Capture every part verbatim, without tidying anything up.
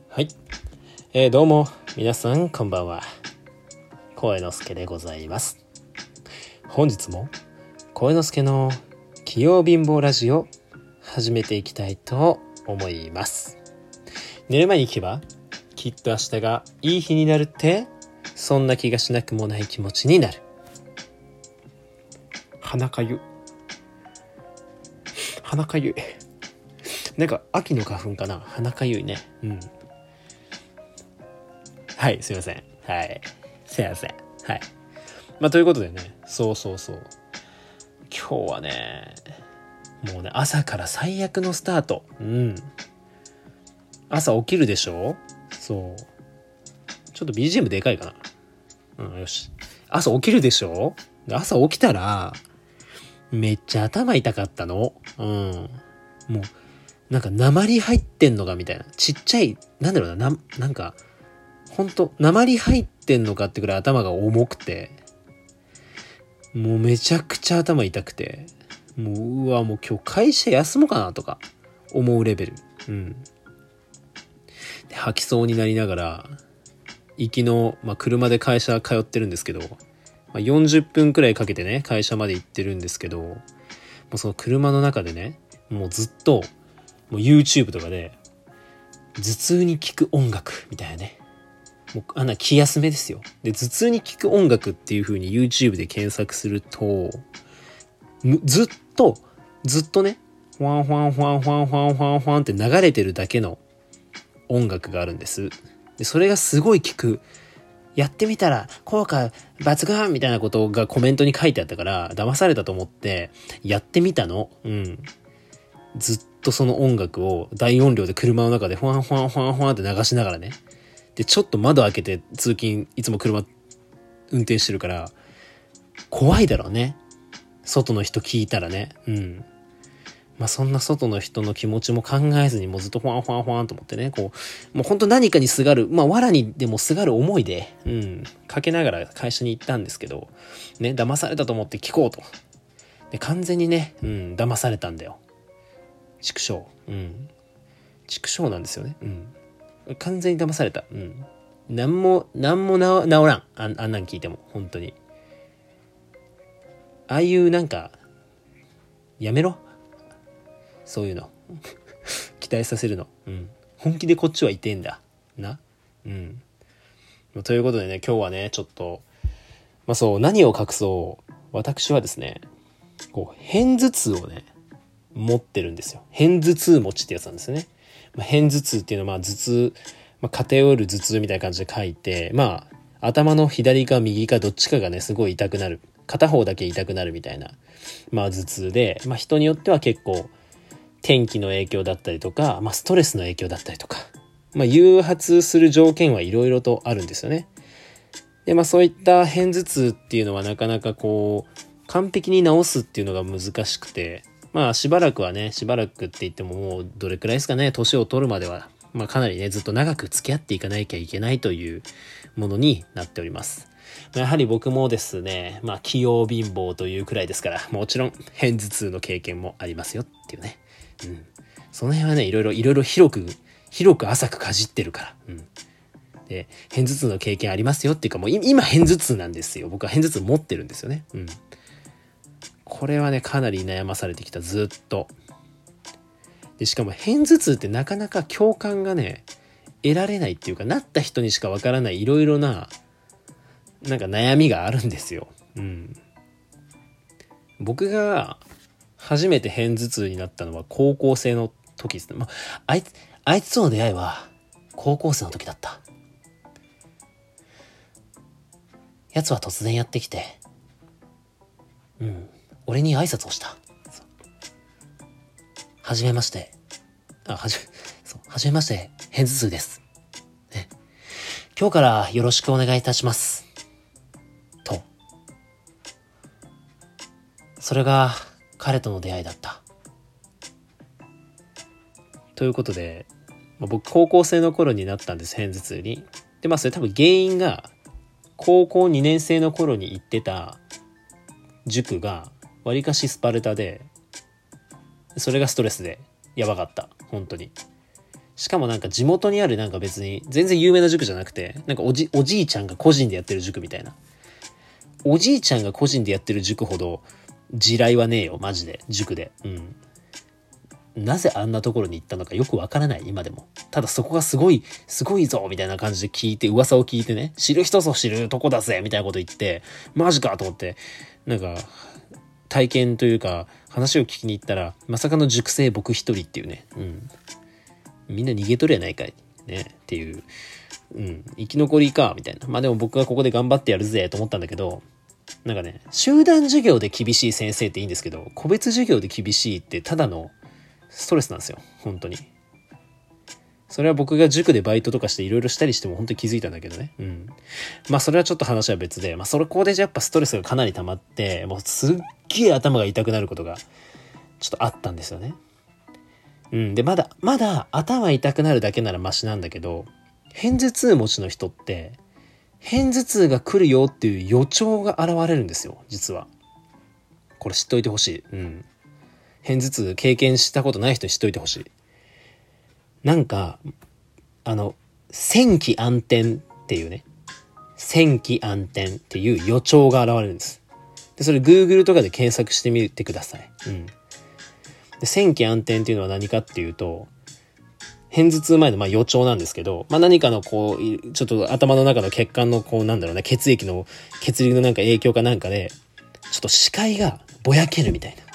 はい、えー、どうも皆さんこんばんは。声之助でございます。本日も声之助の器用貧乏ラジオ始めていきたいと思います。寝る前に聞けばきっと明日がいい日になるって、そんな気がしなくもない気持ちになる。鼻かゆ鼻かゆいなんか秋の花粉かな。鼻かゆいね。うんはい、すいません。はい。すいません。はい。まあ、ということでね、そうそうそう。今日はね、もうね、朝から最悪のスタート。うん。朝起きるでしょ？そう。ちょっと ビージーエム でかいかな。うん、よし。朝起きるでしょ？朝起きたら、めっちゃ頭痛かったの。うん。もう、なんか鉛入ってんのかみたいな。ちっちゃい、なんだろうな、な、なんか、ほんと鉛入ってんのかってくらい頭が重くて、もうめちゃくちゃ頭痛くて、もううわもう今日会社休もうかなとか思うレベル。うんで吐きそうになりながら行きの、まあ、車で会社通ってるんですけど、まあ、よんじゅっぷんくらいかけてね会社まで行ってるんですけど、もうその車の中でね、もうずっともう YouTube とかで頭痛に効く音楽みたいなね、もうあんな気休めですよ。で、頭痛に効く音楽っていう風に YouTube で検索すると、ずっと、ずっとね、フワンフワンフワンフワンフワンフワンフワンって流れてるだけの音楽があるんです。で、それがすごい効く。やってみたら効果抜群みたいなことがコメントに書いてあったから、騙されたと思ってやってみたの。うん。ずっとその音楽を大音量で車の中でフワンフワンフワンフワンって流しながらね。で、ちょっと窓開けて通勤、いつも車運転してるから、怖いだろうね。外の人聞いたらね。うん。まあそんな外の人の気持ちも考えずに、もうずっとフワンフワンフワンと思ってね、こう、もうほんと何かにすがる、まあ藁にでもすがる思いで、うん、かけながら会社に行ったんですけど、ね、騙されたと思って聞こうと。で、完全にね、うん、騙されたんだよ。畜生。うん。畜生なんですよね。うん。完全に騙された。うん。なんも、なんもな、治らん。あん、あんなん聞いても。本当に。ああいうなんか、やめろ。そういうの。期待させるの。うん。本気でこっちは言ってんだ。な。うん。ということでね、今日はね、ちょっと、まあそう、何を隠そう。私はですね、こう、片頭痛をね、持ってるんですよ。片頭痛持ちってやつなんですよね。まあ、片頭痛っていうのはまあ頭痛、まあ、偏る頭痛みたいな感じで書いて、まあ頭の左か右かどっちかがねすごい痛くなる、片方だけ痛くなるみたいなまあ頭痛で、まあ人によっては結構天気の影響だったりとか、まあストレスの影響だったりとか、まあ誘発する条件はいろいろとあるんですよね。でまあそういった片頭痛っていうのはなかなかこう完璧に治すっていうのが難しくて、まあしばらくはね、しばらくって言ってももうどれくらいですかね、年を取るまでは、まあかなりね、ずっと長く付き合っていかなきゃいけないというものになっております。やはり僕もですね、まあ器用貧乏というくらいですから、もちろん片頭痛の経験もありますよっていうね。うん。その辺はね、いろいろいろいろ広く、広く浅くかじってるから。うん。で、片頭痛の経験ありますよっていうかもう今片頭痛なんですよ。僕は片頭痛持ってるんですよね。うん。これはね、かなり悩まされてきた、ずっと。で、しかも片頭痛ってなかなか共感がね、得られないっていうか、なった人にしかわからないいろいろな、なんか悩みがあるんですよ。うん。僕が初めて片頭痛になったのは高校生の時ですね。まあ、あいつ、あいつとの出会いは高校生の時だった。奴は突然やってきて、うん。俺に挨拶をした。はじめまして。あ、はじめ、そう、はじめまして、片頭痛です。ね。今日からよろしくお願いいたします。と。それが彼との出会いだった。ということで、まあ、僕高校生の頃になったんです、片頭痛に。で、まあそれ多分原因が、高校にねん生の頃に行ってた塾が、わりかしスパルタで、それがストレスでやばかった。本当に。 しかもなんか地元にあるなんか別に全然有名な塾じゃなくて、なんかおじ、おじいちゃんが個人でやってる塾みたいな。おじいちゃんが個人でやってる塾ほど地雷はねえよ、マジで。塾で。うん。なぜあんなところに行ったのかよくわからない、今でも。ただそこがすごい、すごいぞみたいな感じで聞いて、噂を聞いてね、知る人ぞ知るとこだぜみたいなこと言って、マジかと思って、なんか、体験というか、話を聞きに行ったら、まさかの塾生僕一人っていうね。うん。みんな逃げとるやないかい。ね。っていう。うん。生き残りか、みたいな。まあでも僕がここで頑張ってやるぜ、と思ったんだけど、なんかね、集団授業で厳しい先生っていいんですけど、個別授業で厳しいってただのストレスなんですよ。本当に。それは僕が塾でバイトとかしていろいろしたりしても本当に気づいたんだけどね。うん。まあそれはちょっと話は別で、まあそれこでやっぱストレスがかなり溜まって、もうすっげえ頭が痛くなることがちょっとあったんですよね。うん。で、まだ、まだ頭痛くなるだけならマシなんだけど、片頭痛持ちの人って、片頭痛が来るよっていう予兆が現れるんですよ、実は。これ知っといてほしい。うん。片頭痛経験したことない人に知っといてほしい。なんか、あの、戦機暗転っていうね、戦機暗転っていう予兆が現れるんです。で、それ Google とかで検索してみてください。うん。で、戦機暗転っていうのは何かっていうと、片頭痛前のまあ予兆なんですけど、まあ何かのこう、ちょっと頭の中の血管のこうなんだろうね、血液の、血流のなんか影響かなんかで、ちょっと視界がぼやけるみたいな。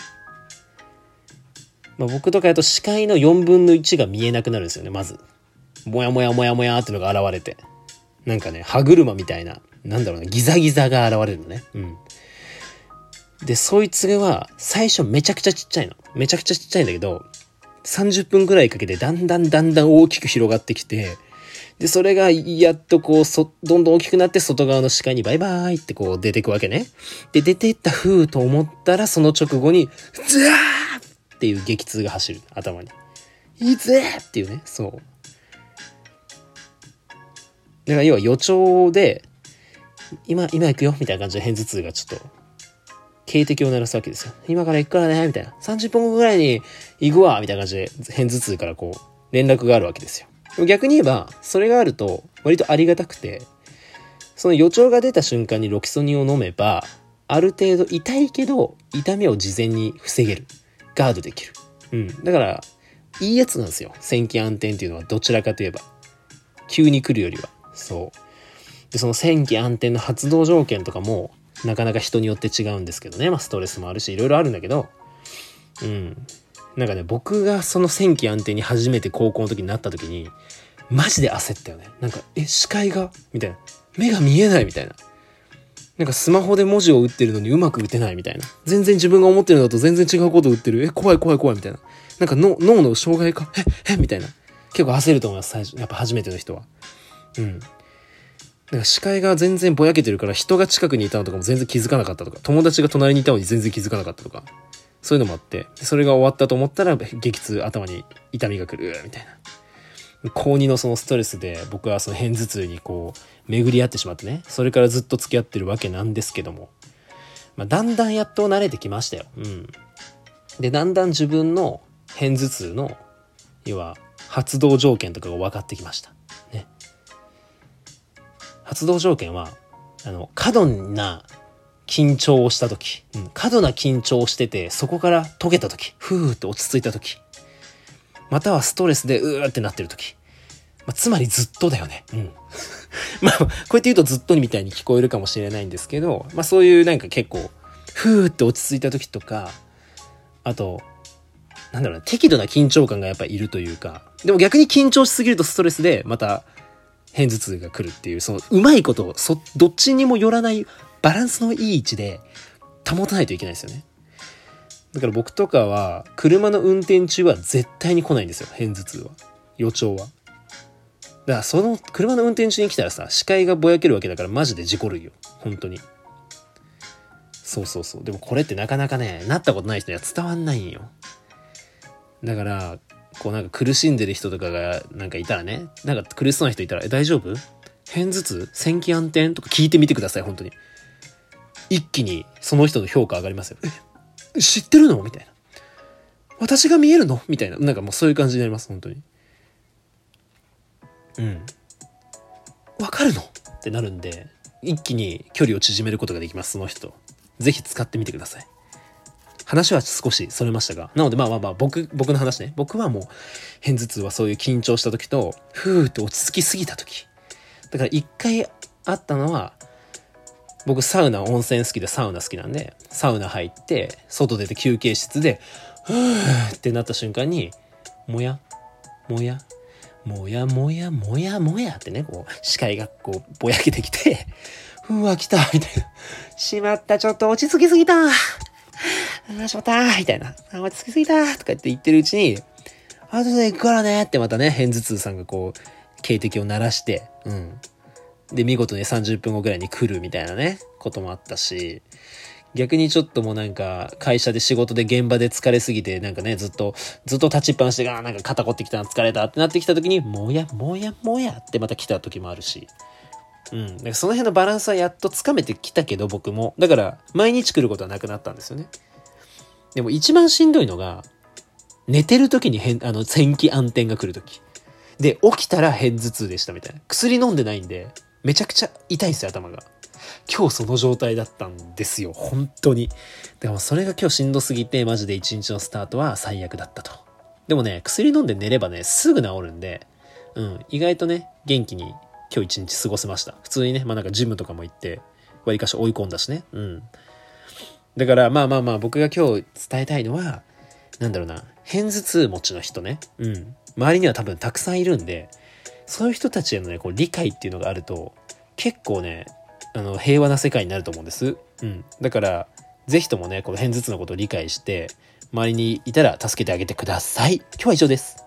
まあ、僕とかやと視界のよんぶんのいちが見えなくなるんですよね、まず。もやもやもやもやっていうのが現れて。なんかね、歯車みたいな、なんだろうな、ギザギザが現れるのね。うん。で、そいつは最初めちゃくちゃちっちゃいの。めちゃくちゃちっちゃいんだけど、さんじゅっぷんくらいかけてだんだんだんだん大きく広がってきて、で、それがやっとこう、そ、どんどん大きくなって外側の視界にバイバーイってこう出てくわけね。で、出ていったふうと思ったら、その直後に、ズワーっていう激痛が走る。頭に。いつーっていうね。そう。だから要は予兆で、今、今行くよみたいな感じで片頭痛がちょっと、警笛を鳴らすわけですよ。今から行くからねみたいな。さんじゅっぷんごぐらいに行くわみたいな感じで、片頭痛からこう、連絡があるわけですよ。逆に言えば、それがあると、割とありがたくて、その予兆が出た瞬間にロキソニンを飲めば、ある程度痛いけど、痛みを事前に防げる。ガードできる。うん。だから、いいやつなんですよ。戦機暗転っていうのはどちらかといえば。急に来るよりは。そう。で、その戦機暗転の発動条件とかも、なかなか人によって違うんですけどね。まあストレスもあるし、いろいろあるんだけど、うん。なんかね、僕がその戦機暗転に初めて高校の時になった時に、マジで焦ったよね。なんか、え、視界がみたいな。目が見えないみたいな。なんかスマホで文字を打ってるのにうまく打てないみたいな。全然自分が思ってるのと全然違うことを打ってる。え、怖い怖い怖いみたいな。なんか脳脳の障害か。え、えみたいな。結構焦ると思います、最初。やっぱ初めての人は。うん。なんか視界が全然ぼやけてるから人が近くにいたのとかも全然気づかなかったとか、友達が隣にいたのに全然気づかなかったとか、そういうのもあって、それが終わったと思ったら激痛、頭に痛みが来るみたいな。高にのそのストレスで僕はその片頭痛にこう巡り合ってしまってね、それからずっと付き合ってるわけなんですけども、まあ、だんだんやっと慣れてきましたよ。うん。で、だんだん自分の片頭痛の要は発動条件とかが分かってきました。ね。発動条件はあの過度な緊張をした時、うん、過度な緊張をしててそこから解けた時、ふーって落ち着いた時、またはストレスでうーってなってる時、まあ、つまりずっとだよね。うん。まあこうやって言うとずっとみたいに聞こえるかもしれないんですけど、まあそういうなんか結構ふーって落ち着いた時とか、あとなんだろうな、適度な緊張感がやっぱりいるというか、でも逆に緊張しすぎるとストレスでまた片頭痛が来るっていう、そのうまいことそどっちにもよらないバランスのいい位置で保たないといけないですよね。だから僕とかは車の運転中は絶対に来ないんですよ、片頭痛は、予兆は。だからその車の運転中に来たらさ、視界がぼやけるわけだからマジで事故るよ、本当に。そうそうそう。でもこれってなかなかね、なったことない人には伝わんないんよ。だからこうなんか苦しんでる人とかがなんかいたらね、なんか苦しそうな人いたら、え、大丈夫？片頭痛？戦機暗転？とか聞いてみてください、本当に。一気にその人の評価上がりますよ。え、知ってるの？みたいな。私が見えるの？みたいな。なんかもうそういう感じになります、本当に。 うんわかるのってなるんで、一気に距離を縮めることができます。その人ぜひ使ってみてください。話は少しそれましたが、なのでまあまあまあ僕僕の話ね、僕はもう片頭痛はそういう緊張した時とふーって落ち着きすぎた時だから、一回あったのは、僕サウナ温泉好きでサウナ好きなんで、サウナ入って外出て休憩室でふーってなった瞬間にもやもやもやもやもやもやってね、こう視界がこうぼやけてきて、うわ来たみたいな、しまったちょっと落ち着きすぎたあーしまったみたいな、あ落ち着きすぎたとか言って言ってるうちに、あとで行くからねってまたね片頭痛さんがこう警笛を鳴らして、うんで見事にさんじゅっぷんごぐらいに来るみたいなねこともあったし、逆にちょっともうなんか会社で仕事で現場で疲れすぎて、なんかねずっとずっと立ちっぱなしで、あなんか肩凝ってきたな疲れたってなってきた時にもやもやもやってまた来た時もあるし、うんだからその辺のバランスはやっとつかめてきたけど、僕もだから毎日来ることはなくなったんですよね。でも一番しんどいのが寝てる時に変あの前期暗転が来る時で、起きたら片頭痛でしたみたいな。薬飲んでないんでめちゃくちゃ痛いですよ頭が。今日その状態だったんですよ本当に。でもそれが今日しんどすぎて、マジで一日のスタートは最悪だったと。でもね薬飲んで寝ればねすぐ治るんで、うん意外とね元気に今日一日過ごせました。普通にねまあなんかジムとかも行ってわりかし追い込んだしね。うんだからまあまあまあ僕が今日伝えたいのは、なんだろうな、片頭痛持ちの人ね、うん周りには多分たくさんいるんで、そういう人たちへのねこう理解っていうのがあると結構ねあの平和な世界になると思うんです。うんだからぜひともねこの片頭痛のことを理解して周りにいたら助けてあげてください。今日は以上です。